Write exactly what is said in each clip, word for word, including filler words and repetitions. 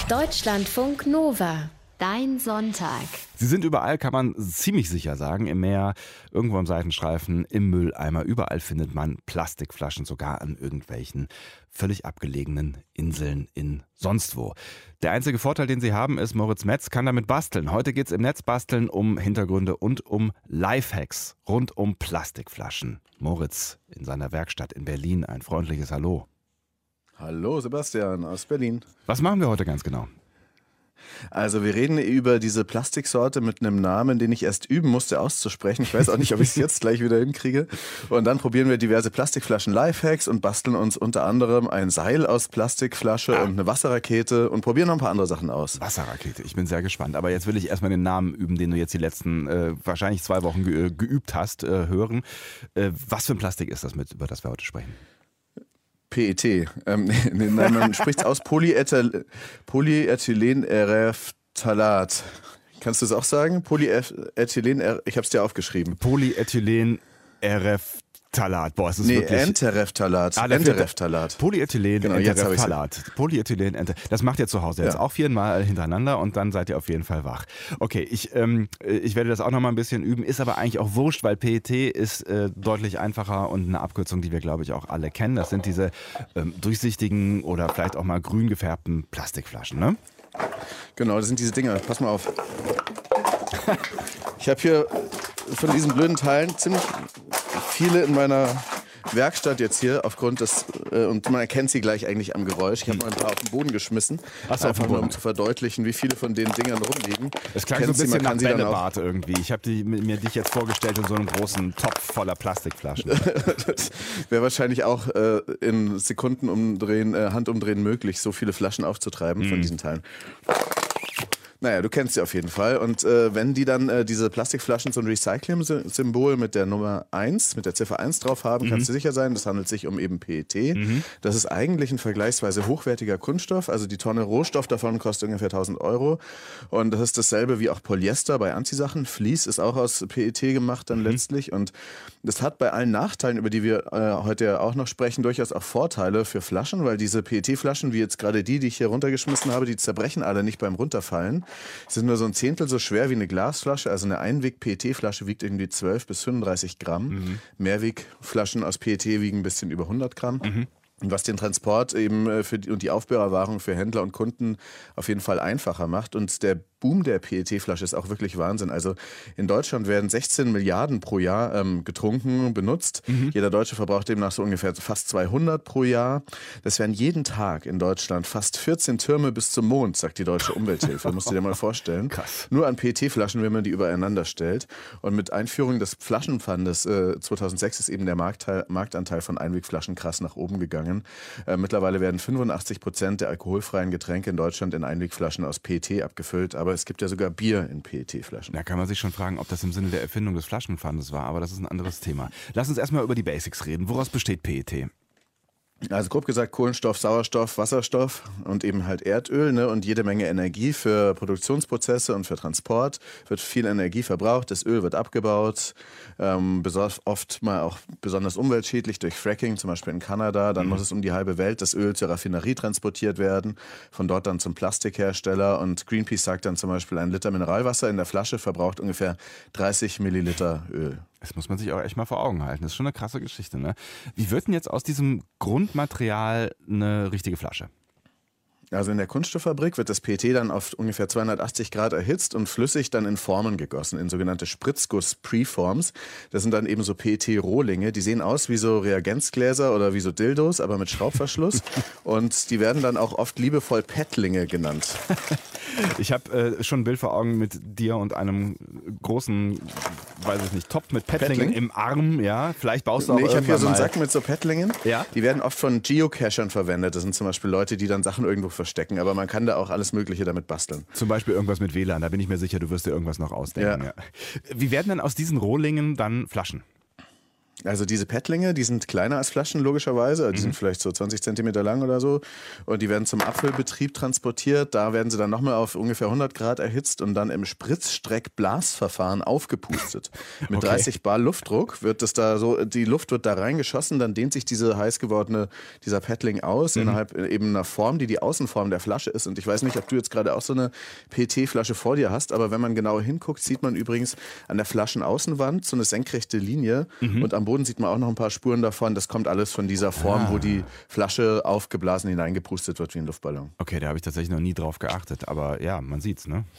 Deutschlandfunk Nova. Dein Sonntag. Sie sind überall, kann man ziemlich sicher sagen. Im Meer, irgendwo am Seitenstreifen, im Mülleimer. Überall findet man Plastikflaschen, sogar an irgendwelchen völlig abgelegenen Inseln in sonst wo. Der einzige Vorteil, den Sie haben, ist, Moritz Metz kann damit basteln. Heute geht es im Netzbasteln um Hintergründe und um Lifehacks rund um Plastikflaschen. Moritz in seiner Werkstatt in Berlin. Ein freundliches Hallo. Hallo Sebastian aus Berlin. Was machen wir heute ganz genau? Also wir reden über diese Plastiksorte mit einem Namen, den ich erst üben musste auszusprechen. Ich weiß auch nicht, ob ich es jetzt gleich wieder hinkriege. Und dann probieren wir diverse Plastikflaschen Lifehacks und basteln uns unter anderem ein Seil aus Plastikflasche ah. und eine Wasserrakete und probieren noch ein paar andere Sachen aus. Wasserrakete, ich bin sehr gespannt. Aber jetzt will ich erstmal den Namen üben, den du jetzt die letzten äh, wahrscheinlich zwei Wochen ge- geübt hast, äh, hören. Äh, was für ein Plastik ist das, mit, über das wir heute sprechen? P E T. Ähm, nee, nein, man spricht es aus Polyethyl- Polyethylentereftalat. Kannst du es auch sagen? Polyethylen, ich habe es dir aufgeschrilen. Polyethylenereftalat. Boah, es ist nee, wirklich... Entereftalat. Ah, Entereftalat. Polyethylen, genau, Entereftalat. Polyethylen, Enter... Das macht ihr zu Hause jetzt ja. auch viermal hintereinander und dann seid ihr auf jeden Fall wach. Okay, ich, ähm, ich werde das auch noch mal ein bisschen üben, ist aber eigentlich auch wurscht, weil P E T ist äh, deutlich einfacher und eine Abkürzung, die wir, glaube ich, auch alle kennen. Das sind diese ähm, durchsichtigen oder vielleicht auch mal grün gefärbten Plastikflaschen, ne? Genau, das sind diese Dinger. Pass mal auf. Ich habe hier von diesen blöden Teilen ziemlich viele in meiner Werkstatt jetzt hier aufgrund des, äh, und man erkennt sie gleich eigentlich am Geräusch. Ich habe mal ein paar auf den Boden geschmissen, Ach so, einfach nur um zu verdeutlichen, wie viele von den Dingern rumliegen. Es klang so ein bisschen nach Bällebad irgendwie. Ich habe mir dich jetzt vorgestellt in so einem großen Topf voller Plastikflaschen. Das wäre wahrscheinlich auch äh, in Sekunden umdrehen, äh, Handumdrehen möglich, so viele Flaschen aufzutreiben mhm. von diesen Teilen. Naja, du kennst sie auf jeden Fall. Und äh, wenn die dann äh, diese Plastikflaschen so ein Recycling-Symbol mit der Nummer eins, mit der Ziffer eins drauf haben, mhm. kannst du sicher sein, das handelt sich um eben P E T. Mhm. Das ist eigentlich ein vergleichsweise hochwertiger Kunststoff. Also die Tonne Rohstoff davon kostet ungefähr tausend Euro. Und das ist dasselbe wie auch Polyester bei Anzisachen. Vlies ist auch aus P E T gemacht dann mhm. letztlich. Und das hat bei allen Nachteilen, über die wir äh, heute ja auch noch sprechen, durchaus auch Vorteile für Flaschen, weil diese P E T-Flaschen, wie jetzt gerade die, die ich hier runtergeschmissen habe, die zerbrechen alle nicht beim Runterfallen. Sie sind nur so ein Zehntel so schwer wie eine Glasflasche. Also eine Einweg-P E T-Flasche wiegt irgendwie zwölf bis fünfunddreißig Gramm. Mhm. Mehrwegflaschen aus P E T wiegen ein bisschen über hundert Gramm. Mhm. Und was den Transport eben für die, und die Aufbewahrung für Händler und Kunden auf jeden Fall einfacher macht. Und der Boom der P E T-Flasche ist auch wirklich Wahnsinn. Also in Deutschland werden sechzehn Milliarden pro Jahr ähm, getrunken, benutzt. Mhm. Jeder Deutsche verbraucht demnach so ungefähr fast zweihundert pro Jahr. Das wären jeden Tag in Deutschland fast vierzehn Türme bis zum Mond, sagt die Deutsche Umwelthilfe. Musst du dir mal vorstellen. Krass. Nur an P E T-Flaschen, wenn man die übereinander stellt. Und mit Einführung des Flaschenpfandes äh, zweitausendsechs ist eben der Marktteil, Marktanteil von Einwegflaschen krass nach oben gegangen. Äh, mittlerweile werden fünfundachtzig Prozent der alkoholfreien Getränke in Deutschland in Einwegflaschen aus P E T abgefüllt. Aber es gibt ja sogar Bier in P E T-Flaschen. Da kann man sich schon fragen, ob das im Sinne der Erfindung des Flaschenpfandes war, aber das ist ein anderes Thema. Lass uns erstmal über die Basics reden. Woraus besteht P E T? Also grob gesagt Kohlenstoff, Sauerstoff, Wasserstoff und eben halt Erdöl, ne? Und jede Menge Energie für Produktionsprozesse und für Transport. Wird viel Energie verbraucht, das Öl wird abgebaut, ähm, oft mal auch besonders umweltschädlich durch Fracking, zum Beispiel in Kanada. Dann mhm. muss es um die halbe Welt das Öl zur Raffinerie transportiert werden, von dort dann zum Plastikhersteller. Und Greenpeace sagt dann zum Beispiel, ein Liter Mineralwasser in der Flasche verbraucht ungefähr dreißig Milliliter Öl. Das muss man sich auch echt mal vor Augen halten. Das ist schon eine krasse Geschichte, ne? Wie wird denn jetzt aus diesem Grundmaterial eine richtige Flasche? Also in der Kunststofffabrik wird das P E T dann auf ungefähr zweihundertachtzig Grad erhitzt und flüssig dann in Formen gegossen, in sogenannte Spritzguss-Preforms. Das sind dann eben so P E T-Rohlinge, die sehen aus wie so Reagenzgläser oder wie so Dildos, aber mit Schraubverschluss. Und die werden dann auch oft liebevoll Pettlinge genannt. Ich habe äh, schon ein Bild vor Augen mit dir und einem großen, weiß ich nicht, Topf mit Pettlingen Pettling? im Arm. Ja, vielleicht baust du auch nee, ich habe hier so einen mal. Sack mit so Pettlingen. Ja? Die werden oft von Geocachern verwendet. Das sind zum Beispiel Leute, die dann Sachen irgendwo verstecken. Aber man kann da auch alles Mögliche damit basteln. Zum Beispiel irgendwas mit W L A N. Da bin ich mir sicher, du wirst dir irgendwas noch ausdenken. Ja. Ja. Wie werden denn aus diesen Rohlingen dann Flaschen? Also diese Pettlinge, die sind kleiner als Flaschen logischerweise, die mhm. sind vielleicht so zwanzig Zentimeter lang oder so und die werden zum Apfelbetrieb transportiert, da werden sie dann nochmal auf ungefähr hundert Grad erhitzt und dann im Spritzstreck-Blasverfahren aufgepustet. Mit okay. dreißig Bar Luftdruck wird das da so, die Luft wird da reingeschossen, dann dehnt sich diese heiß gewordene, dieser Pettling aus mhm. innerhalb eben einer Form, die die Außenform der Flasche ist und ich weiß nicht, ob du jetzt gerade auch so eine P E T-Flasche vor dir hast, aber wenn man genauer hinguckt, sieht man übrigens an der Flaschenaußenwand so eine senkrechte Linie mhm. und am Boden sieht man auch noch ein paar Spuren davon. Das kommt alles von dieser Form, ah. wo die Flasche aufgeblasen hineingepustet wird wie ein Luftballon. Okay, da habe ich tatsächlich noch nie drauf geachtet. Aber ja, man sieht's, ne?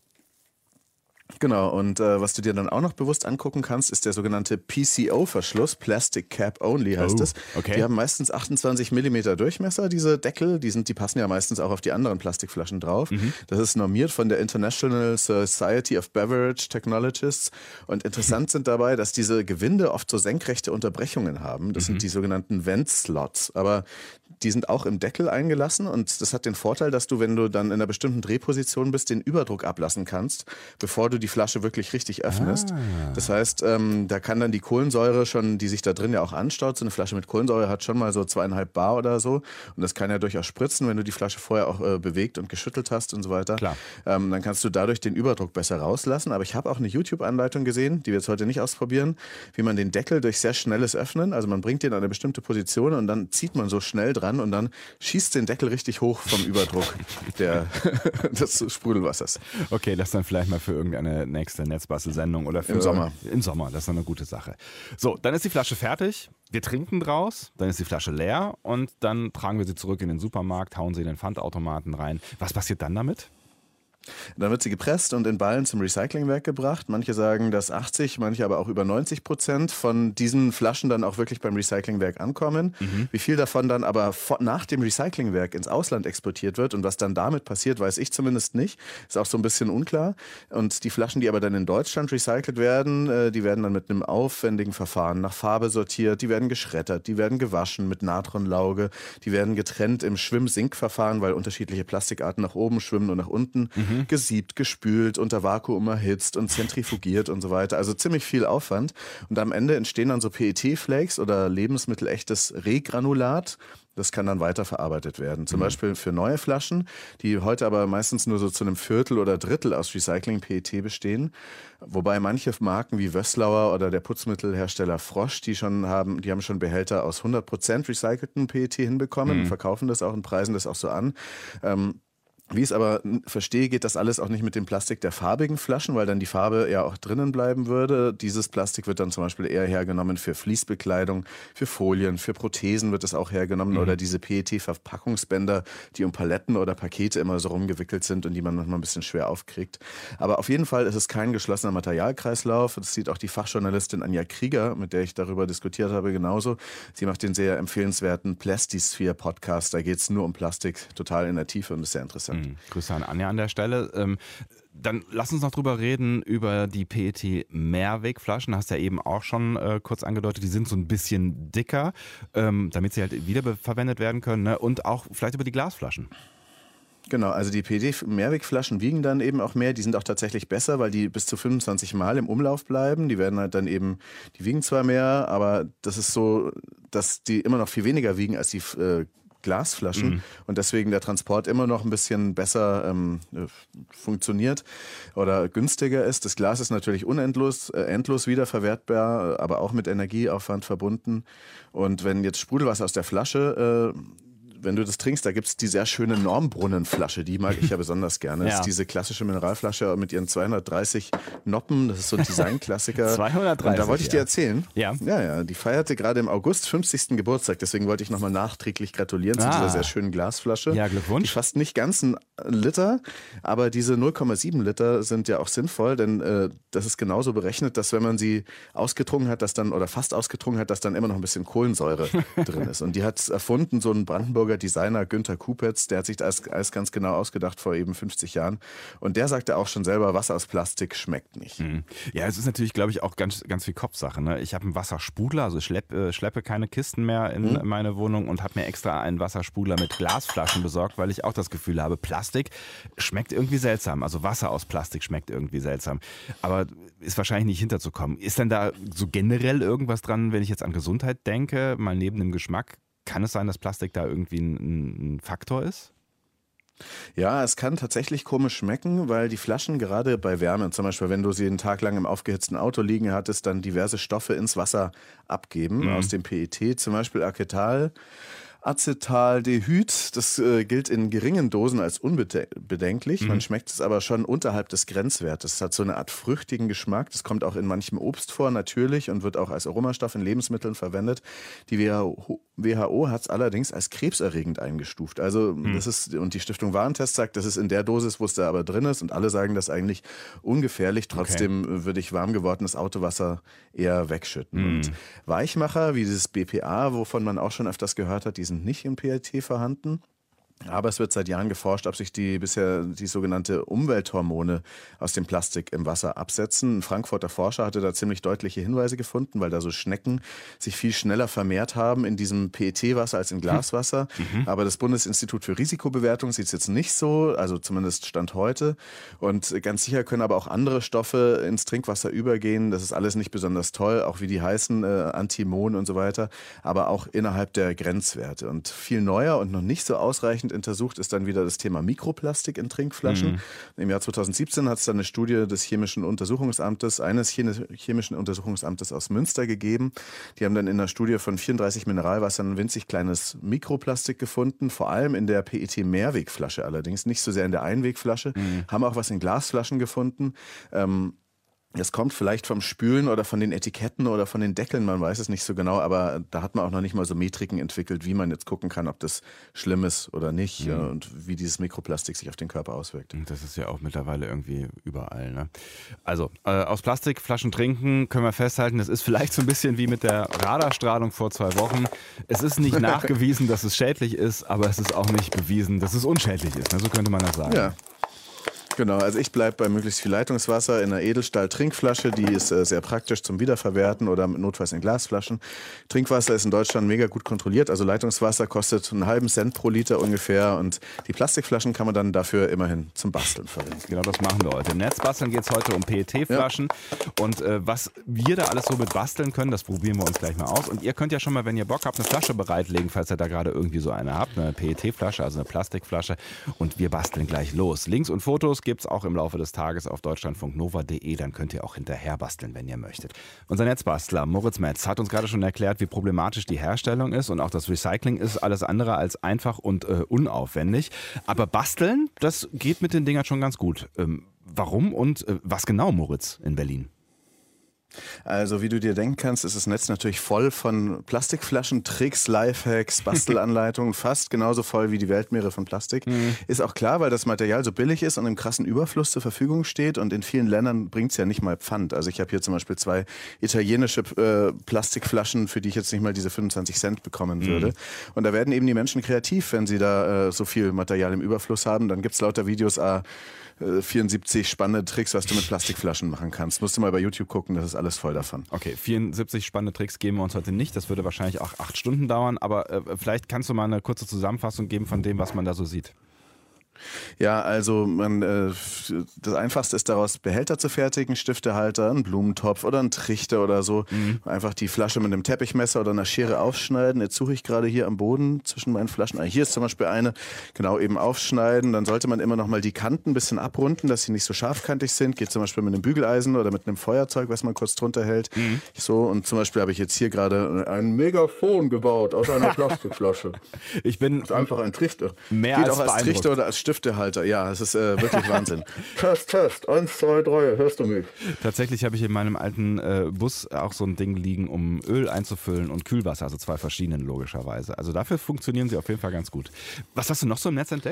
Genau, und äh, was du dir dann auch noch bewusst angucken kannst, ist der sogenannte P C O-Verschluss, Plastic Cap Only heißt es. Oh, okay. Die haben meistens achtundzwanzig Millimeter Durchmesser, diese Deckel, die, sind, die passen ja meistens auch auf die anderen Plastikflaschen drauf. Mhm. Das ist normiert von der International Society of Beverage Technologists und interessant sind dabei, dass diese Gewinde oft so senkrechte Unterbrechungen haben. Das mhm. sind die sogenannten Vent Slots, aber die sind auch im Deckel eingelassen und das hat den Vorteil, dass du, wenn du dann in einer bestimmten Drehposition bist, den Überdruck ablassen kannst, bevor du die Flasche wirklich richtig öffnest. Ah. Das heißt, ähm, da kann dann die Kohlensäure schon, die sich da drin ja auch anstaut, so eine Flasche mit Kohlensäure hat schon mal so zweieinhalb Bar oder so und das kann ja durchaus spritzen, wenn du die Flasche vorher auch äh, bewegt und geschüttelt hast und so weiter. Klar. Ähm, dann kannst du dadurch den Überdruck besser rauslassen, aber ich habe auch eine YouTube-Anleitung gesehen, die wir jetzt heute nicht ausprobieren, wie man den Deckel durch sehr schnelles Öffnen, also man bringt den an eine bestimmte Position und dann zieht man so schnell dran und dann schießt den Deckel richtig hoch vom Überdruck der, des Sprudelwassers. Okay, das dann vielleicht mal für irgendeine nächste Netzbastel-Sendung oder für im Sommer. Im Sommer, das ist eine gute Sache. So, dann ist die Flasche fertig, wir trinken draus, dann ist die Flasche leer und dann tragen wir sie zurück in den Supermarkt, hauen sie in den Pfandautomaten rein. Was passiert dann damit? Dann wird sie gepresst und in Ballen zum Recyclingwerk gebracht. Manche sagen, dass achtzig, manche aber auch über neunzig Prozent von diesen Flaschen dann auch wirklich beim Recyclingwerk ankommen. Mhm. Wie viel davon dann aber nach dem Recyclingwerk ins Ausland exportiert wird und was dann damit passiert, weiß ich zumindest nicht. Ist auch so ein bisschen unklar. Und die Flaschen, die aber dann in Deutschland recycelt werden, die werden dann mit einem aufwendigen Verfahren nach Farbe sortiert, die werden geschreddert, die werden gewaschen mit Natronlauge, die werden getrennt im Schwimm-Sink-Verfahren, weil unterschiedliche Plastikarten nach oben schwimmen und nach unten. Mhm. Gesiebt, gespült, unter Vakuum erhitzt und zentrifugiert und so weiter. Also ziemlich viel Aufwand. Und am Ende entstehen dann so P E T-Flakes oder lebensmittelechtes Regranulat. Das kann dann weiterverarbeitet werden. Zum mhm. Beispiel für neue Flaschen, die heute aber meistens nur so zu einem Viertel oder Drittel aus Recycling-P E T bestehen. Wobei manche Marken wie Wösslauer oder der Putzmittelhersteller Frosch, die schon haben, die haben schon Behälter aus hundert Prozent recycelten P E T hinbekommen mhm. und verkaufen das auch und preisen das auch so an. Ähm, Wie ich es aber verstehe, geht das alles auch nicht mit dem Plastik der farbigen Flaschen, weil dann die Farbe ja auch drinnen bleiben würde. Dieses Plastik wird dann zum Beispiel eher hergenommen für Fließbekleidung, für Folien, für Prothesen wird es auch hergenommen mhm. oder diese P E T-Verpackungsbänder, die um Paletten oder Pakete immer so rumgewickelt sind und die man manchmal ein bisschen schwer aufkriegt. Aber auf jeden Fall ist es kein geschlossener Materialkreislauf. Das sieht auch die Fachjournalistin Anja Krieger, mit der ich darüber diskutiert habe, genauso. Sie macht den sehr empfehlenswerten Plastisphere-Podcast. Da geht es nur um Plastik, total in der Tiefe und ist sehr interessant. Mhm. Grüße an Anja an der Stelle. Ähm, dann lass uns noch drüber reden, über die P E T-Mehrwegflaschen. Hast ja eben auch schon äh, kurz angedeutet, die sind so ein bisschen dicker, ähm, damit sie halt wiederverwendet werden können, ne? Und auch vielleicht über die Glasflaschen. Genau, also die P E T-Mehrwegflaschen wiegen dann eben auch mehr. Die sind auch tatsächlich besser, weil die bis zu fünfundzwanzig Mal im Umlauf bleiben. Die werden halt dann eben, die wiegen zwar mehr, aber das ist so, dass die immer noch viel weniger wiegen als die äh, Glasflaschen mhm. und deswegen der Transport immer noch ein bisschen besser ähm, funktioniert oder günstiger ist. Das Glas ist natürlich unendlos äh, endlos wiederverwertbar, aber auch mit Energieaufwand verbunden. Und wenn jetzt Sprudelwasser aus der Flasche äh, wenn du das trinkst, da gibt es die sehr schöne Normbrunnenflasche, die mag ich ja besonders gerne. Ja. Das ist diese klassische Mineralflasche mit ihren zweihundertdreißig Noppen, das ist so ein Designklassiker. zweihundertdreißig, und da wollte ich dir ja. erzählen. Ja. ja, ja, die feierte gerade im August fünfzigsten Geburtstag, deswegen wollte ich nochmal nachträglich gratulieren ah. zu dieser sehr schönen Glasflasche. Ja, Glückwunsch. Die fast nicht ganz ein Liter, aber diese null Komma sieben Liter sind ja auch sinnvoll, denn äh, das ist genauso berechnet, dass wenn man sie ausgetrunken hat, dass dann, oder fast ausgetrunken hat, dass dann immer noch ein bisschen Kohlensäure drin ist. Und die hat erfunden, so ein Brandenburger Hamburger Designer Günther Kupetz, der hat sich das alles ganz genau ausgedacht vor eben fünfzig Jahren. Und der sagte auch schon selber, Wasser aus Plastik schmeckt nicht. Mhm. Ja, es ist natürlich, glaube ich, auch ganz, ganz viel Kopfsache. Ne? Ich habe einen Wassersprudler, also schlepp, äh, schleppe keine Kisten mehr in mhm. meine Wohnung und habe mir extra einen Wassersprudler mit Glasflaschen besorgt, weil ich auch das Gefühl habe, Plastik schmeckt irgendwie seltsam. Also Wasser aus Plastik schmeckt irgendwie seltsam. Aber ist wahrscheinlich nicht hinterzukommen. Ist denn da so generell irgendwas dran, wenn ich jetzt an Gesundheit denke, mal neben dem Geschmack? Kann es sein, dass Plastik da irgendwie ein, ein Faktor ist? Ja, es kann tatsächlich komisch schmecken, weil die Flaschen gerade bei Wärme, zum Beispiel wenn du sie einen Tag lang im aufgehitzten Auto liegen hattest, dann diverse Stoffe ins Wasser abgeben, mhm. aus dem P E T, zum Beispiel Acetal. Acetaldehyd, das äh, gilt in geringen Dosen als unbedenklich. Mhm. Man schmeckt es aber schon unterhalb des Grenzwertes. Es hat so eine Art früchtigen Geschmack. Das kommt auch in manchem Obst vor, natürlich, und wird auch als Aromastoff in Lebensmitteln verwendet. Die W H O hat es allerdings als krebserregend eingestuft. Also mhm. das ist, und die Stiftung Warentest sagt, das ist in der Dosis, wo es da aber drin ist. Und alle sagen das eigentlich ungefährlich. Trotzdem okay. würde ich warm gewordenes Autowasser eher wegschütten. Mhm. Und Weichmacher, wie dieses B P A, wovon man auch schon öfters gehört hat, die sind nicht im P E T vorhanden. Aber es wird seit Jahren geforscht, ob sich die bisher die sogenannte Umwelthormone aus dem Plastik im Wasser absetzen. Ein Frankfurter Forscher hatte da ziemlich deutliche Hinweise gefunden, weil da so Schnecken sich viel schneller vermehrt haben in diesem P E T-Wasser als in Glaswasser. Mhm. Aber das Bundesinstitut für Risikobewertung sieht es jetzt nicht so, also zumindest Stand heute. Und ganz sicher können aber auch andere Stoffe ins Trinkwasser übergehen. Das ist alles nicht besonders toll, auch wie die heißen, äh, Antimon und so weiter, aber auch innerhalb der Grenzwerte. Und viel neuer und noch nicht so ausreichend untersucht ist dann wieder das Thema Mikroplastik in Trinkflaschen. Mhm. Im Jahr zweitausendsiebzehn hat es dann eine Studie des Chemischen Untersuchungsamtes, eines Chemischen Untersuchungsamtes aus Münster gegeben. Die haben dann in einer Studie von vierunddreißig Mineralwassern ein winzig kleines Mikroplastik gefunden, vor allem in der P E T-Mehrwegflasche allerdings, nicht so sehr in der Einwegflasche. Mhm. Haben auch was in Glasflaschen gefunden. Ähm, Das kommt vielleicht vom Spülen oder von den Etiketten oder von den Deckeln, man weiß es nicht so genau, aber da hat man auch noch nicht mal so Metriken entwickelt, wie man jetzt gucken kann, ob das schlimm ist oder nicht mhm. und wie dieses Mikroplastik sich auf den Körper auswirkt. Das ist ja auch mittlerweile irgendwie überall. Ne? Also äh, aus Plastikflaschen trinken können wir festhalten, das ist vielleicht so ein bisschen wie mit der Radarstrahlung vor zwei Wochen. Es ist nicht nachgewiesen, dass es schädlich ist, aber es ist auch nicht bewiesen, dass es unschädlich ist. Ne? So könnte man das sagen. Ja. Genau, also ich bleibe bei möglichst viel Leitungswasser in einer Edelstahl-Trinkflasche, die ist äh, sehr praktisch zum Wiederverwerten oder notfalls in Glasflaschen. Trinkwasser ist in Deutschland mega gut kontrolliert, also Leitungswasser kostet einen halben Cent pro Liter ungefähr und die Plastikflaschen kann man dann dafür immerhin zum Basteln verwenden. Genau, das machen wir heute. Im Netzbasteln geht es heute um P E T-Flaschen ja. und äh, was wir da alles so mit basteln können, das probieren wir uns gleich mal aus. Und ihr könnt ja schon mal, wenn ihr Bock habt, eine Flasche bereitlegen, falls ihr da gerade irgendwie so eine habt, eine P E T-Flasche, also eine Plastikflasche und wir basteln gleich los. Links und Fotos gibt es auch im Laufe des Tages auf deutschlandfunknova punkt de. Dann könnt ihr auch hinterher basteln, wenn ihr möchtet. Unser Netzbastler Moritz Metz hat uns gerade schon erklärt, wie problematisch die Herstellung ist und auch das Recycling ist alles andere als einfach und äh, unaufwendig. Aber basteln, das geht mit den Dingern schon ganz gut. Ähm, warum und äh, was genau, Moritz, in Berlin? Also wie du dir denken kannst, ist das Netz natürlich voll von Plastikflaschen, Tricks, Lifehacks, Bastelanleitungen, fast genauso voll wie die Weltmeere von Plastik. Mhm. Ist auch klar, weil das Material so billig ist und im krassen Überfluss zur Verfügung steht und in vielen Ländern bringt es ja nicht mal Pfand. Also ich habe hier zum Beispiel zwei italienische äh, Plastikflaschen, für die ich jetzt nicht mal diese fünfundzwanzig Cent bekommen würde. Mhm. Und da werden eben die Menschen kreativ, wenn sie da äh, so viel Material im Überfluss haben. Dann gibt es lauter Videos, äh, vierundsiebzig spannende Tricks, was du mit Plastikflaschen machen kannst. Musst du mal bei YouTube gucken, das ist alles voll davon. Okay, vierundsiebzig spannende Tricks geben wir uns heute nicht. Das würde wahrscheinlich auch acht Stunden dauern, aber äh, vielleicht kannst du mal eine kurze Zusammenfassung geben von dem, was man da so sieht. Ja, also man, äh, das Einfachste ist daraus Behälter zu fertigen, Stiftehalter, einen Blumentopf oder einen Trichter oder so. Mhm. Einfach die Flasche mit einem Teppichmesser oder einer Schere aufschneiden. Jetzt suche ich gerade hier am Boden zwischen meinen Flaschen. Ah, hier ist zum Beispiel eine. Genau, eben aufschneiden. Dann sollte man immer noch mal die Kanten ein bisschen abrunden, dass sie nicht so scharfkantig sind. Geht zum Beispiel mit einem Bügeleisen oder mit einem Feuerzeug, was man kurz drunter hält. Mhm. So, und zum Beispiel habe ich jetzt hier gerade ein Megafon gebaut aus einer Plastikflasche. Ich bin das ist einfach ein Trichter. Mehr Geht als auch als Trichter oder als Stiftehalter, ja, es ist äh, wirklich Wahnsinn. Test, Test, eins, zwei, drei, hörst du mich? Tatsächlich habe ich in meinem alten äh, Bus auch so ein Ding liegen, um Öl einzufüllen und Kühlwasser, also zwei verschiedenen logischerweise. Also dafür funktionieren sie auf jeden Fall ganz gut. Was hast du noch so im Netz entdeckt?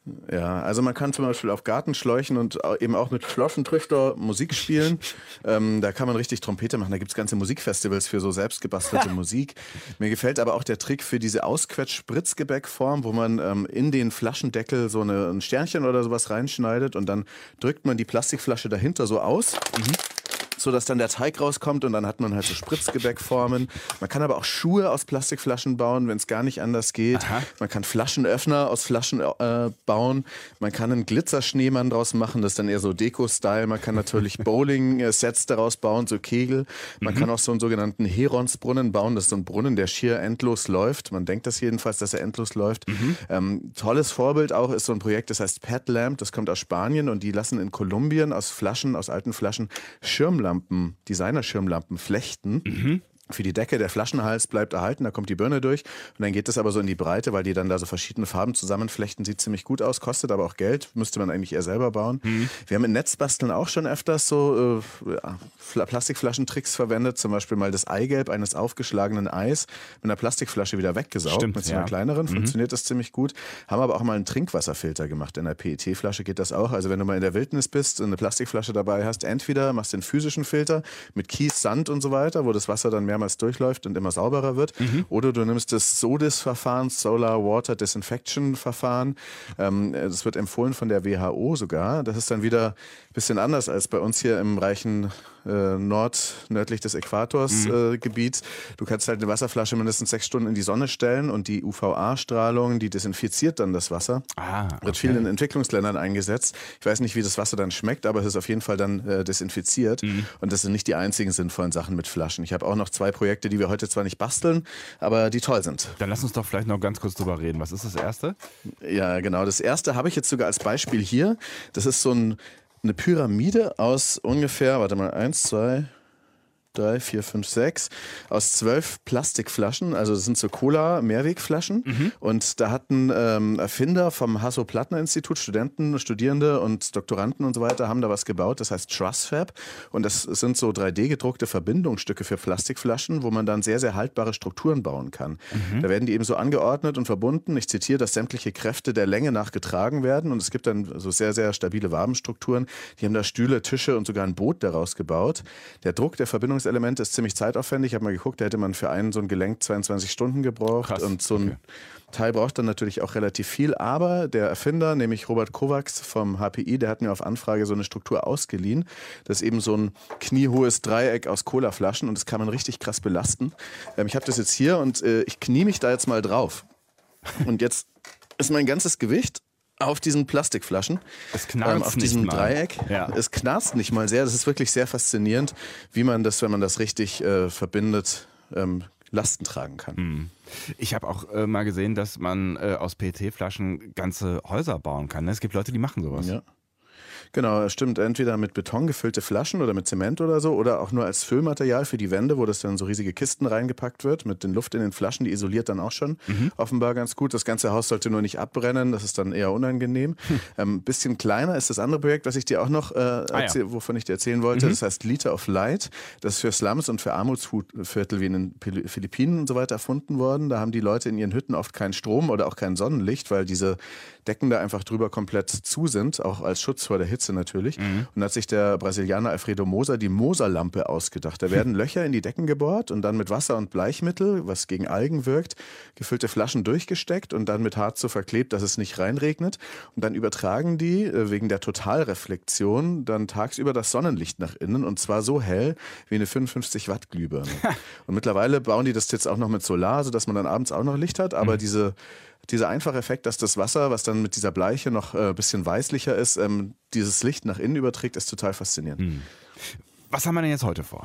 Ja, also man kann zum Beispiel auf Gartenschläuchen und eben auch mit Flaschentrichter Musik spielen. Ähm, da kann man richtig Trompete machen. Da gibt es ganze Musikfestivals für so selbstgebastelte Musik. Mir gefällt aber auch der Trick für diese Ausquetsch-Spritzgebäckform, wo man ähm, in den Flaschendeckel so eine, ein Sternchen oder sowas reinschneidet und dann drückt man die Plastikflasche dahinter so aus. Mhm. So dass dann der Teig rauskommt und dann hat man halt so Spritzgebäckformen. Man kann aber auch Schuhe aus Plastikflaschen bauen, wenn es gar nicht anders geht. Aha. Man kann Flaschenöffner aus Flaschen äh, bauen. Man kann einen Glitzerschneemann draus machen, das ist dann eher so Deko-Style. Man kann natürlich Bowling-Sets daraus bauen, so Kegel. Man mhm. kann auch so einen sogenannten Heronsbrunnen bauen. Das ist so ein Brunnen, der schier endlos läuft. Man denkt das jedenfalls, dass er endlos läuft. Mhm. Ähm, tolles Vorbild auch ist so ein Projekt, das heißt Pet Lamp. Das kommt aus Spanien und die lassen in Kolumbien aus Flaschen, aus alten Flaschen Schirmlampen Designer-Schirmlampen flechten. Mhm. Für die Decke, der Flaschenhals bleibt erhalten, da kommt die Birne durch und dann geht das aber so in die Breite, weil die dann da so verschiedene Farben zusammenflechten, sieht ziemlich gut aus, kostet aber auch Geld, müsste man eigentlich eher selber bauen. Mhm. Wir haben in Netzbasteln auch schon öfters so äh, ja, Plastikflaschentricks verwendet, zum Beispiel mal das Eigelb eines aufgeschlagenen Eis mit einer Plastikflasche wieder weggesaugt. Stimmt, mit so einer ja. kleineren, mhm. funktioniert das ziemlich gut. Haben aber auch mal einen Trinkwasserfilter gemacht, in einer P E T-Flasche geht das auch, also wenn du mal in der Wildnis bist und eine Plastikflasche dabei hast, entweder machst du den physischen Filter mit Kies, Sand und so weiter, wo das Wasser dann mehrmals durchläuft und immer sauberer wird. Mhm. Oder du nimmst das S O D I S-Verfahren, Solar Water Disinfection-Verfahren. Ähm, das wird empfohlen von der W H O sogar. Das ist dann wieder ein bisschen anders als bei uns hier im reichen äh, Nord, nördlich des Äquators mhm. äh, Gebiet. Du kannst halt eine Wasserflasche mindestens sechs Stunden in die Sonne stellen und die U V A-Strahlung, die desinfiziert dann das Wasser. Ah, okay. Wird viel in Entwicklungsländern eingesetzt. Ich weiß nicht, wie das Wasser dann schmeckt, aber es ist auf jeden Fall dann äh, desinfiziert. Mhm. Und das sind nicht die einzigen sinnvollen Sachen mit Flaschen. Ich habe auch noch zwei Projekte, die wir heute zwar nicht basteln, aber die toll sind. Dann lass uns doch vielleicht noch ganz kurz drüber reden. Was ist das erste? Ja, genau. Das erste habe ich jetzt sogar als Beispiel hier. Das ist so ein, eine Pyramide aus ungefähr, warte mal, eins, zwei, drei, vier, fünf, sechs, aus zwölf Plastikflaschen, also das sind so Cola-Mehrwegflaschen. Mhm. Und da hatten ähm, Erfinder vom Hasso-Plattner-Institut, Studenten, Studierende und Doktoranden und so weiter, haben da was gebaut, das heißt Trussfab. Und das sind so drei D gedruckte Verbindungsstücke für Plastikflaschen, wo man dann sehr, sehr haltbare Strukturen bauen kann. Mhm. Da werden die eben so angeordnet und verbunden. Ich zitiere, dass sämtliche Kräfte der Länge nach getragen werden. Und es gibt dann so sehr, sehr stabile Wabenstrukturen. Die haben da Stühle, Tische und sogar ein Boot daraus gebaut. Der Druck der Verbindungsstücke Element ist ziemlich zeitaufwendig. Ich habe mal geguckt, da hätte man für einen so ein Gelenk zweiundzwanzig Stunden gebraucht. Krass. Und so ein okay. Teil braucht dann natürlich auch relativ viel. Aber der Erfinder, nämlich Robert Kovacs vom H P I, der hat mir auf Anfrage so eine Struktur ausgeliehen. Das ist eben so ein kniehohes Dreieck aus Colaflaschen und das kann man richtig krass belasten. Ähm, ich habe das jetzt hier und äh, ich knie mich da jetzt mal drauf. Und jetzt ist mein ganzes Gewicht auf diesen Plastikflaschen, es knarzt ähm, auf diesem nicht mal. Dreieck. Ja. Es knarzt nicht mal sehr. Das ist wirklich sehr faszinierend, wie man das, wenn man das richtig äh, verbindet, ähm, Lasten tragen kann. Ich habe auch äh, mal gesehen, dass man äh, aus P E T-Flaschen ganze Häuser bauen kann. Es gibt Leute, die machen sowas. Ja. Genau, stimmt. Entweder mit Beton gefüllte Flaschen oder mit Zement oder so oder auch nur als Füllmaterial für die Wände, wo das dann so riesige Kisten reingepackt wird mit den Luft in den Flaschen, die isoliert dann auch schon mhm. offenbar ganz gut. Das ganze Haus sollte nur nicht abbrennen, das ist dann eher unangenehm. Ein hm. ähm, bisschen kleiner ist das andere Projekt, was ich dir auch noch, äh, erzähl- ah, ja. wovon ich dir erzählen wollte. Mhm. Das heißt Liter of Light. Das ist für Slums und für Armutsviertel wie in den Philippinen und so weiter erfunden worden. Da haben die Leute in ihren Hütten oft keinen Strom oder auch kein Sonnenlicht, weil diese Decken da einfach drüber komplett zu sind, auch als Schutz vor der Hitze natürlich. Mhm. Und da hat sich der Brasilianer Alfredo Moser die Moser-Lampe ausgedacht. Da werden Löcher in die Decken gebohrt und dann mit Wasser und Bleichmittel, was gegen Algen wirkt, gefüllte Flaschen durchgesteckt und dann mit Harz so verklebt, dass es nicht reinregnet. Und dann übertragen die wegen der Totalreflexion dann tagsüber das Sonnenlicht nach innen und zwar so hell wie eine fünfundfünfzig Watt Glühbirne. Und mittlerweile bauen die das jetzt auch noch mit Solar, sodass man dann abends auch noch Licht hat, aber mhm. diese Dieser einfache Effekt, dass das Wasser, was dann mit dieser Bleiche noch ein äh, bisschen weißlicher ist, ähm, dieses Licht nach innen überträgt, ist total faszinierend. Hm. Was haben wir denn jetzt heute vor?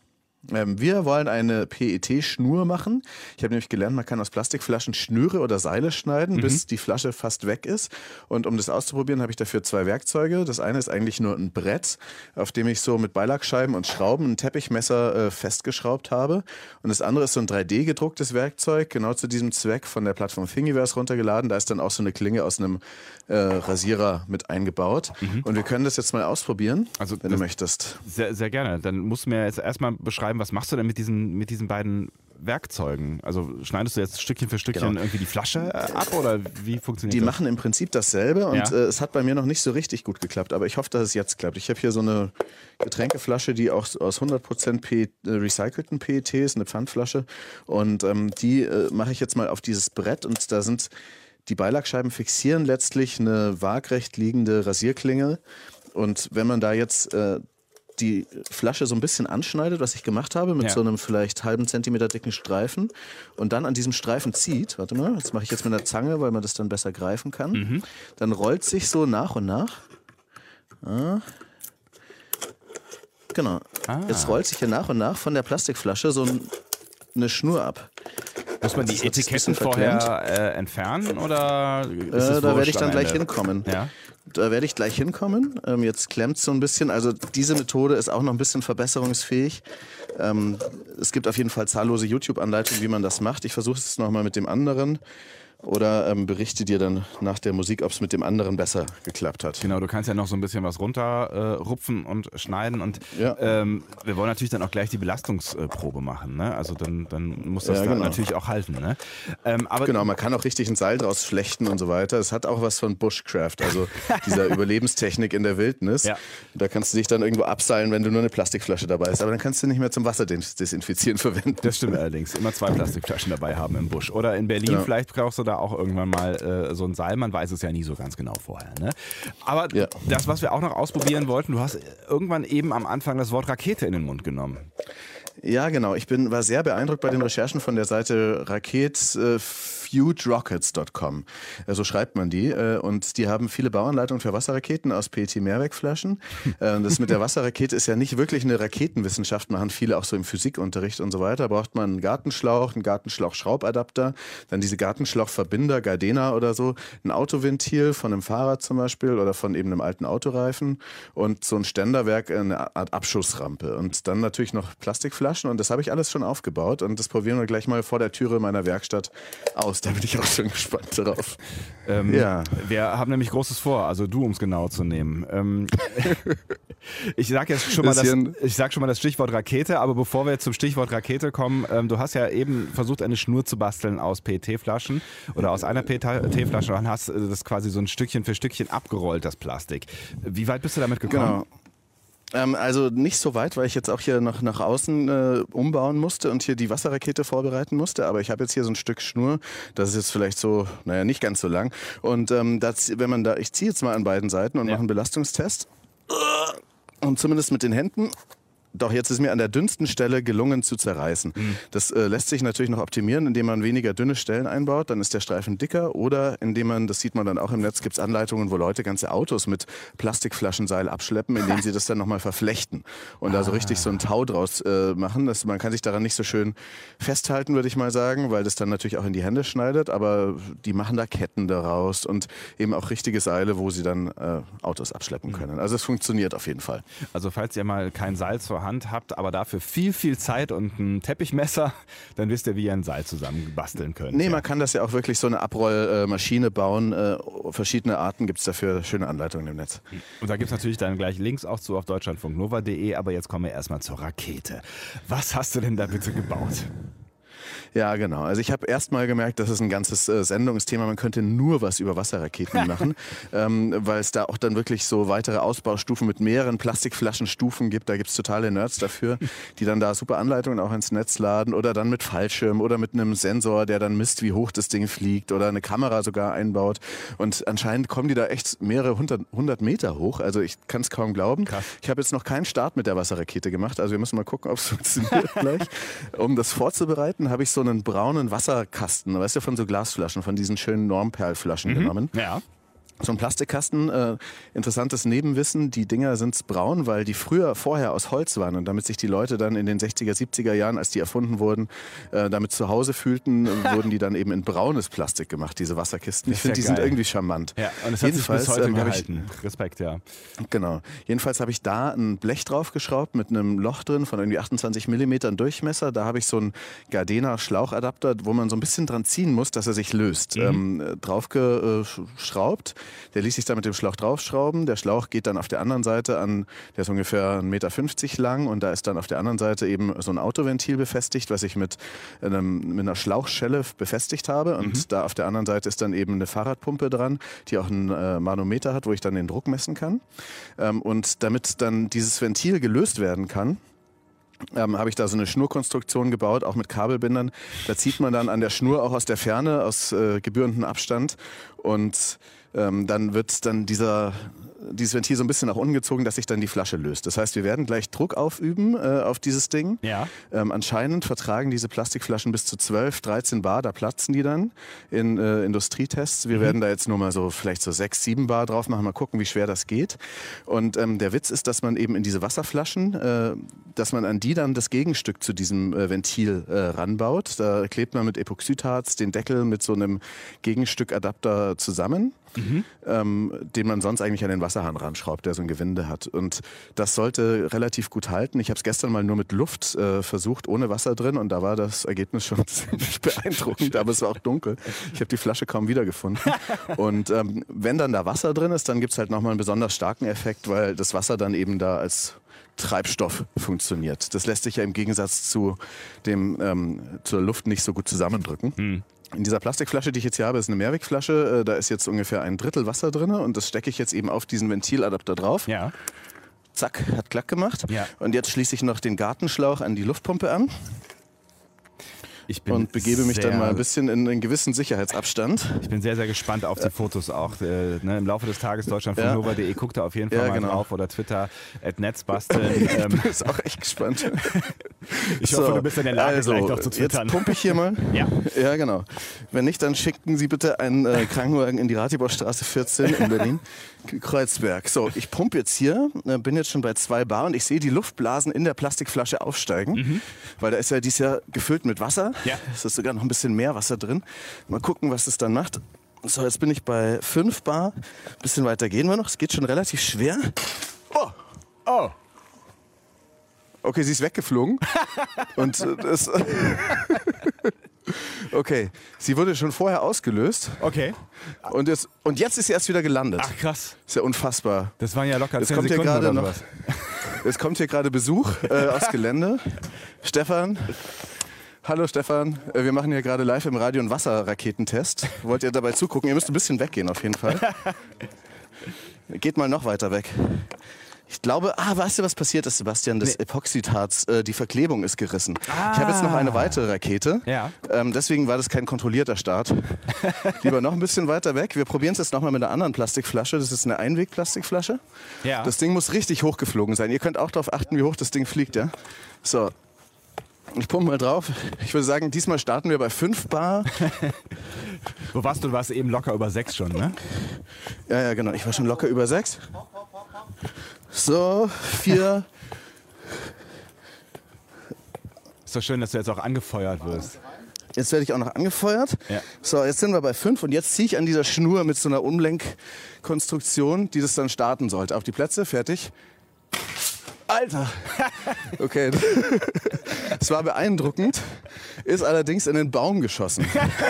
Ähm, wir wollen eine P E T-Schnur machen. Ich habe nämlich gelernt, man kann aus Plastikflaschen Schnüre oder Seile schneiden, mhm. bis die Flasche fast weg ist. Und um das auszuprobieren, habe ich dafür zwei Werkzeuge. Das eine ist eigentlich nur ein Brett, auf dem ich so mit Beilagscheiben und Schrauben ein Teppichmesser äh, festgeschraubt habe. Und das andere ist so ein drei D gedrucktes Werkzeug, genau zu diesem Zweck von der Plattform Thingiverse runtergeladen. Da ist dann auch so eine Klinge aus einem äh, Rasierer mit eingebaut. Mhm. Und wir können das jetzt mal ausprobieren, also wenn du möchtest. Sehr, sehr gerne. Dann musst du mir jetzt erstmal beschreiben, beschreiben, was machst du denn mit diesen, mit diesen beiden Werkzeugen? Also schneidest du jetzt Stückchen für Stückchen genau. irgendwie die Flasche ab oder wie funktioniert die das? Die machen im Prinzip dasselbe und ja. äh, es hat bei mir noch nicht so richtig gut geklappt, aber ich hoffe, dass es jetzt klappt. Ich habe hier so eine Getränkeflasche, die auch aus hundert Prozent P- äh, recycelten P E T ist, eine Pfandflasche und ähm, die äh, mache ich jetzt mal auf dieses Brett und da sind die Beilagscheiben fixieren letztlich eine waagrecht liegende Rasierklinge und wenn man da jetzt äh, die Flasche so ein bisschen anschneidet, was ich gemacht habe, mit ja. so einem vielleicht halben Zentimeter dicken Streifen und dann an diesem Streifen zieht, warte mal, das mache ich jetzt mit einer Zange, weil man das dann besser greifen kann, mhm. dann rollt sich so nach und nach, ah. genau, ah. jetzt rollt sich hier nach und nach von der Plastikflasche so ein, eine Schnur ab. Muss man die Etiketten vorher äh, entfernen oder ist es äh, da werde ich dann gleich hinkommen. Ja? Da werde ich gleich hinkommen. Ähm, jetzt klemmt es so ein bisschen. Also diese Methode ist auch noch ein bisschen verbesserungsfähig. Ähm, es gibt auf jeden Fall zahllose YouTube-Anleitungen, wie man das macht. Ich versuche es nochmal mit dem anderen. Oder ähm, berichte dir dann nach der Musik, ob es mit dem anderen besser geklappt hat. Genau, du kannst ja noch so ein bisschen was runterrupfen äh, und schneiden. Und ja. ähm, wir wollen natürlich dann auch gleich die Belastungsprobe machen. Ne? Also dann, dann muss das ja, dann genau. natürlich auch halten. Ne? Ähm, aber genau, man kann auch richtig ein Seil draus flechten und so weiter. Es hat auch was von Bushcraft, also dieser Überlebenstechnik in der Wildnis. Ja. Da kannst du dich dann irgendwo abseilen, wenn du nur eine Plastikflasche dabei hast. Aber dann kannst du nicht mehr zum Wasserdesinfizieren verwenden. Das stimmt allerdings. Immer zwei Plastikflaschen dabei haben im Busch. Oder in Berlin genau. vielleicht brauchst du da auch irgendwann mal äh, so ein Seil. Man weiß es ja nie so ganz genau vorher. Ne? Aber ja. das, was wir auch noch ausprobieren wollten, du hast irgendwann eben am Anfang das Wort Rakete in den Mund genommen. Ja, genau. Ich bin, war sehr beeindruckt bei den Recherchen von der Seite raket äh, fued rockets dot com. Äh, so schreibt man die. Äh, und die haben viele Bauanleitungen für Wasserraketen aus P E T-Mehrwegflaschen. Äh, das mit der Wasserrakete ist ja nicht wirklich eine Raketenwissenschaft. Machen viele auch so im Physikunterricht und so weiter. Da braucht man einen Gartenschlauch, einen Gartenschlauch-Schraubadapter, dann diese Gartenschlauchverbinder, Gardena oder so, ein Autoventil von einem Fahrrad zum Beispiel oder von eben einem alten Autoreifen und so ein Ständerwerk, eine Art Abschussrampe. Und dann natürlich noch Plastikflaschen. Und das habe ich alles schon aufgebaut und das probieren wir gleich mal vor der Türe meiner Werkstatt aus. Da bin ich auch schon gespannt darauf. Ähm, ja. Wir haben nämlich Großes vor, also du, um es genau zu nehmen. Ähm, ich sage jetzt schon mal, das, ich sag schon mal das Stichwort Rakete, aber bevor wir jetzt zum Stichwort Rakete kommen, ähm, du hast ja eben versucht, eine Schnur zu basteln aus P E T-Flaschen oder aus einer P E T-Flasche und hast das quasi so ein Stückchen für Stückchen abgerollt, das Plastik. Wie weit bist du damit gekommen? Genau. Ähm, also nicht so weit, weil ich jetzt auch hier noch nach außen äh, umbauen musste und hier die Wasserrakete vorbereiten musste. Aber ich habe jetzt hier so ein Stück Schnur, das ist jetzt vielleicht so, naja, nicht ganz so lang. Und ähm, das, wenn man da, ich ziehe jetzt mal an beiden Seiten und ja. mache einen Belastungstest. Und zumindest mit den Händen. Doch jetzt ist mir an der dünnsten Stelle gelungen zu zerreißen. Mhm. Das äh, lässt sich natürlich noch optimieren, indem man weniger dünne Stellen einbaut. Dann ist der Streifen dicker. Oder indem man, das sieht man dann auch im Netz, gibt es Anleitungen, wo Leute ganze Autos mit Plastikflaschenseil abschleppen, indem sie das dann nochmal verflechten. Und ah. da so richtig so ein Tau draus äh, machen. Das, man kann sich daran nicht so schön festhalten, würde ich mal sagen, weil das dann natürlich auch in die Hände schneidet. Aber die machen da Ketten daraus und eben auch richtige Seile, wo sie dann äh, Autos abschleppen können. Also es funktioniert auf jeden Fall. Also falls ihr mal kein Seil zur Hand habt, aber dafür viel, viel Zeit und ein Teppichmesser, dann wisst ihr, wie ihr ein Seil zusammen basteln könnt. Nee, ja. man kann das ja auch wirklich so eine Abrollmaschine bauen. Äh, verschiedene Arten gibt es dafür, schöne Anleitungen im Netz. Und da gibt es natürlich dann gleich Links auch zu auf deutschlandfunknova punkt de, aber jetzt kommen wir erstmal zur Rakete. Was hast du denn da bitte gebaut? Ja, genau. Also ich habe erst mal gemerkt, das ist ein ganzes äh, Sendungsthema. Man könnte nur was über Wasserraketen machen, ähm, weil es da auch dann wirklich so weitere Ausbaustufen mit mehreren Plastikflaschenstufen gibt. Da gibt es totale Nerds dafür, die dann da super Anleitungen auch ins Netz laden oder dann mit Fallschirm oder mit einem Sensor, der dann misst, wie hoch das Ding fliegt oder eine Kamera sogar einbaut. Und anscheinend kommen die da echt mehrere hundert, hundert Meter hoch. Also ich kann es kaum glauben. Krass. Ich habe jetzt noch keinen Start mit der Wasserrakete gemacht. Also wir müssen mal gucken, ob es funktioniert gleich. Um das vorzubereiten, habe ich so einen braunen Wasserkasten, weißt du, von so Glasflaschen, von diesen schönen Normperlflaschen mhm. genommen. Ja. So ein Plastikkasten, äh, interessantes Nebenwissen, die Dinger sind braun, weil die früher vorher aus Holz waren und damit sich die Leute dann in den sechziger, siebziger Jahren, als die erfunden wurden, äh, damit zu Hause fühlten, wurden die dann eben in braunes Plastik gemacht, diese Wasserkisten. Ich finde, die geil. sind irgendwie charmant. Ja, und es hat Jedenfalls, sich bis heute ähm, gehalten. Ich, Respekt, ja. Genau. Jedenfalls habe ich da ein Blech draufgeschraubt mit einem Loch drin von irgendwie achtundzwanzig Millimeter Durchmesser. Da habe ich so einen Gardena Schlauchadapter, wo man so ein bisschen dran ziehen muss, dass er sich löst, mhm. ähm, draufgeschraubt. Der ließ sich dann mit dem Schlauch draufschrauben. Der Schlauch geht dann auf der anderen Seite an, der ist ungefähr ein Meter fünfzig lang und da ist dann auf der anderen Seite eben so ein Autoventil befestigt, was ich mit, einem, mit einer Schlauchschelle befestigt habe. Und mhm. da auf der anderen Seite ist dann eben eine Fahrradpumpe dran, die auch einen äh, Manometer hat, wo ich dann den Druck messen kann. Ähm, und damit dann dieses Ventil gelöst werden kann, Ähm, habe ich da so eine Schnurkonstruktion gebaut, auch mit Kabelbindern. Da zieht man dann an der Schnur auch aus der Ferne, aus äh, gebührendem Abstand. Und ähm, dann wird dann dieser, dieses Ventil so ein bisschen nach unten gezogen, dass sich dann die Flasche löst. Das heißt, wir werden gleich Druck aufüben äh, auf dieses Ding. Ja. Ähm, anscheinend vertragen diese Plastikflaschen bis zu zwölf, dreizehn Bar, da platzen die dann in äh, Industrietests. Wir mhm. werden da jetzt nur mal so vielleicht so sechs, sieben Bar drauf machen, mal gucken, wie schwer das geht. Und ähm, der Witz ist, dass man eben in diese Wasserflaschen, äh, dass man an die dann das Gegenstück zu diesem äh, Ventil äh, ranbaut. Da klebt man mit Epoxidharz den Deckel mit so einem Gegenstückadapter zusammen. Mhm. Ähm, den man sonst eigentlich an den Wasserhahn ranschraubt, der so ein Gewinde hat. Und das sollte relativ gut halten. Ich habe es gestern mal nur mit Luft äh, versucht, ohne Wasser drin, und da war das Ergebnis schon ziemlich beeindruckend, aber es war auch dunkel. Ich habe die Flasche kaum wiedergefunden. Und ähm, wenn dann da Wasser drin ist, dann gibt es halt nochmal einen besonders starken Effekt, weil das Wasser dann eben da als Treibstoff funktioniert. Das lässt sich ja im Gegensatz zu dem, ähm, zur Luft nicht so gut zusammendrücken. Mhm. In dieser Plastikflasche, die ich jetzt hier habe, ist eine Mehrwegflasche. Da ist jetzt ungefähr ein Drittel Wasser drin und das stecke ich jetzt eben auf diesen Ventiladapter drauf. Ja. Zack, hat klack gemacht. Ja. Und jetzt schließe ich noch den Gartenschlauch an die Luftpumpe an. Ich bin und begebe mich sehr, dann mal ein bisschen in einen gewissen Sicherheitsabstand. Ich bin sehr, sehr gespannt auf die ja. Fotos auch. Äh, ne, im Laufe des Tages deutschlandfunk nova punkt de, guckt da auf jeden Fall ja, mal genau. drauf, oder Twitter at netzbasteln. Ich bin jetzt auch echt gespannt. Ich hoffe, so, du bist in der Lage, also, gleich noch zu twittern. Jetzt pumpe ich hier mal. Ja. Ja, genau. Wenn nicht, dann schicken Sie bitte einen äh, Krankenwagen in die Ratibaustraße vierzehn in Berlin. Kreuzberg. So, ich pumpe jetzt hier, äh, bin jetzt schon bei zwei Bar und ich sehe die Luftblasen in der Plastikflasche aufsteigen, mhm. weil da ist ja dies Jahr gefüllt mit Wasser. Ja. Es ist sogar noch ein bisschen mehr Wasser drin. Mal gucken, was es dann macht. So, jetzt bin ich bei fünf Bar. Ein bisschen weiter gehen wir noch. Es geht schon relativ schwer. Oh! Oh! Okay, sie ist weggeflogen. Und äh, das... Okay, sie wurde schon vorher ausgelöst. Okay. Und jetzt, und jetzt ist sie erst wieder gelandet. Ach, krass. Ist ja unfassbar. Das waren ja locker jetzt zehn kommt Sekunden hier oder noch, sowas. Jetzt kommt hier gerade Besuch äh, aus Gelände. Stefan. Hallo Stefan, wir machen hier gerade live im Radio einen Wasserraketentest. Wollt ihr dabei zugucken? Ihr müsst ein bisschen weggehen auf jeden Fall. Geht mal noch weiter weg. Ich glaube, ah, weißt du, was passiert ist, Sebastian? Das nee. Epoxidharz, äh, die Verklebung ist gerissen. Ah. Ich habe jetzt noch eine weitere Rakete. Ja. Ähm, deswegen war das kein kontrollierter Start. Lieber noch ein bisschen weiter weg. Wir probieren es jetzt nochmal mit einer anderen Plastikflasche. Das ist eine Einwegplastikflasche. Ja. Das Ding muss richtig hochgeflogen sein. Ihr könnt auch darauf achten, wie hoch das Ding fliegt. Ja? So, ich pumpe mal drauf. Ich würde sagen, diesmal starten wir bei fünf Bar. Wo warst du? Du warst eben locker über sechs schon, ne? Ja, ja, genau. Ich war schon locker über sechs. So, vier. Ist doch schön, dass du jetzt auch angefeuert wirst. Jetzt werde ich auch noch angefeuert. Ja. So, jetzt sind wir bei fünf und jetzt ziehe ich an dieser Schnur mit so einer Umlenkkonstruktion, die das dann starten sollte. Auf die Plätze, fertig. Alter! Okay. Es war beeindruckend, ist allerdings in den Baum geschossen.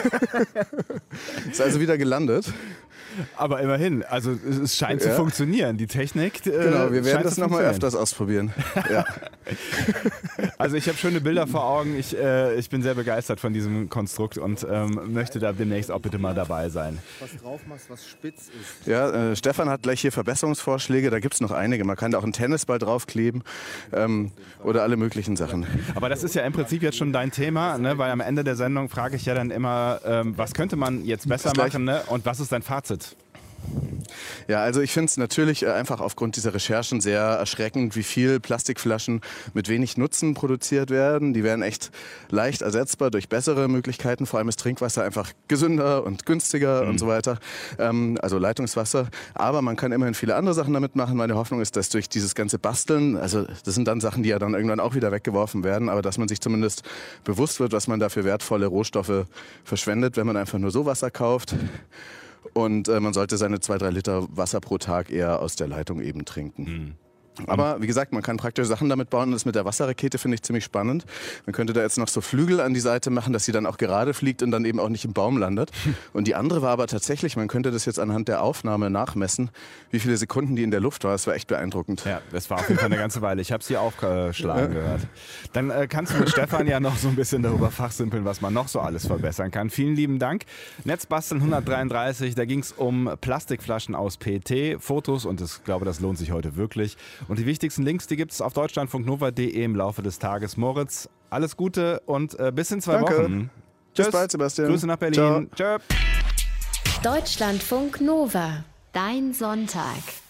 Ist also wieder gelandet. Aber immerhin, also es scheint ja. zu funktionieren, die Technik. Äh, genau, wir werden das nochmal öfters ausprobieren. Ja. Also ich habe schöne Bilder vor Augen, ich, äh, ich bin sehr begeistert von diesem Konstrukt und ähm, möchte da demnächst auch bitte mal dabei sein. Was drauf machst, was spitz ist. Ja, äh, Stefan hat gleich hier Verbesserungsvorschläge, da gibt es noch einige. Man kann da auch einen Tennisball draufkleben ähm, oder alle möglichen Sachen. Aber das ist ja im Prinzip jetzt schon dein Thema, ne? Weil am Ende der Sendung frage ich ja dann immer, ähm, was könnte man jetzt besser machen, ne? Und was ist dein Fazit? Ja, also ich finde es natürlich einfach aufgrund dieser Recherchen sehr erschreckend, wie viel Plastikflaschen mit wenig Nutzen produziert werden. Die werden echt leicht ersetzbar durch bessere Möglichkeiten. Vor allem ist Trinkwasser einfach gesünder und günstiger mhm. und so weiter. Ähm, also Leitungswasser. Aber man kann immerhin viele andere Sachen damit machen. Meine Hoffnung ist, dass durch dieses ganze Basteln, also das sind dann Sachen, die ja dann irgendwann auch wieder weggeworfen werden, aber dass man sich zumindest bewusst wird, was man da für wertvolle Rohstoffe verschwendet, wenn man einfach nur so Wasser kauft. Und äh, man sollte seine zwei, drei Liter Wasser pro Tag eher aus der Leitung eben trinken. Aber wie gesagt, man kann praktisch Sachen damit bauen und das mit der Wasserrakete finde ich ziemlich spannend. Man könnte da jetzt noch so Flügel an die Seite machen, dass sie dann auch gerade fliegt und dann eben auch nicht im Baum landet. Und die andere war aber tatsächlich, man könnte das jetzt anhand der Aufnahme nachmessen, wie viele Sekunden die in der Luft war. Das war echt beeindruckend. Ja, das war auf jeden Fall eine ganze Weile. Ich habe sie aufgeschlagen gehört. Dann äh, kannst du mit Stefan ja noch so ein bisschen darüber fachsimpeln, was man noch so alles verbessern kann. Vielen lieben Dank. Netzbasteln hundertdreiunddreißig, da ging es um Plastikflaschen aus P E T, Fotos und ich glaube, das lohnt sich heute wirklich. Und die wichtigsten Links, die gibt es auf deutschlandfunknova punkt de im Laufe des Tages. Moritz, alles Gute und äh, bis in zwei Danke. Wochen. Bis Tschüss. bald, Sebastian. Grüße nach Berlin. Ciao. Tschö. Deutschlandfunk Nova, dein Sonntag.